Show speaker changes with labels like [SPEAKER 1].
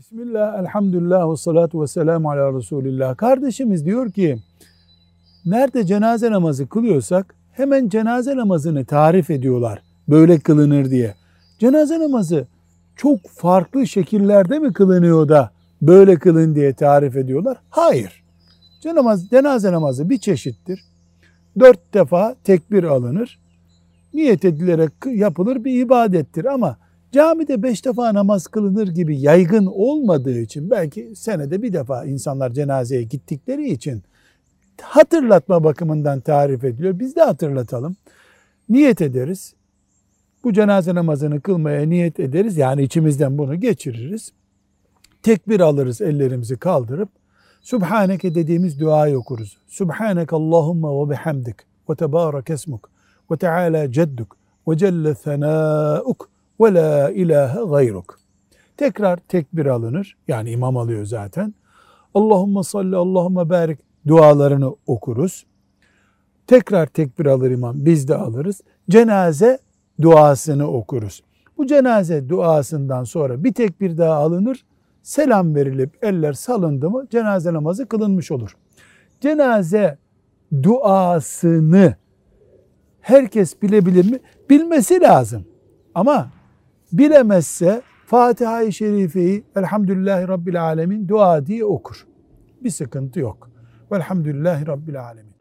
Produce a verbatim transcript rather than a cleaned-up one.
[SPEAKER 1] Bismillah, elhamdülillah ve salatu ve selamu ala Resulillah. Kardeşimiz diyor ki, nerede cenaze namazı kılıyorsak hemen cenaze namazını tarif ediyorlar. Böyle kılınır diye. Cenaze namazı çok farklı şekillerde mi kılınıyor da böyle kılın diye tarif ediyorlar? Hayır. Cenaze, cenaze namazı bir çeşittir. Dört defa tekbir alınır. Niyet edilerek yapılır bir ibadettir ama camide beş defa namaz kılınır gibi yaygın olmadığı için, belki senede bir defa insanlar cenazeye gittikleri için hatırlatma bakımından tarif ediliyor. Biz de hatırlatalım. Niyet ederiz. Bu cenaze namazını kılmaya niyet ederiz. Yani içimizden bunu geçiririz. Tekbir alırız, ellerimizi kaldırıp Subhaneke dediğimiz duayı okuruz. Subhaneke Allahumma ve bihamdik ve tebarek esmuk ve teala cedduk ve celle senâuk ve la ilahe gayruk. Tekrar tekbir alınır. Yani imam alıyor zaten. Allahümme salli, Allahümme barik dualarını okuruz. Tekrar tekbir alır imam. Biz de alırız. Cenaze duasını okuruz. Bu cenaze duasından sonra bir tekbir daha alınır. Selam verilip eller salındı mı cenaze namazı kılınmış olur. Cenaze duasını herkes bilebilir mi? Bilmesi lazım. Ama bilemezse Fatiha-i Şerife'yi Elhamdülillahi Rabbil Alemin dua diye okur. Bir sıkıntı yok. Velhamdülillahi Rabbil Alemin.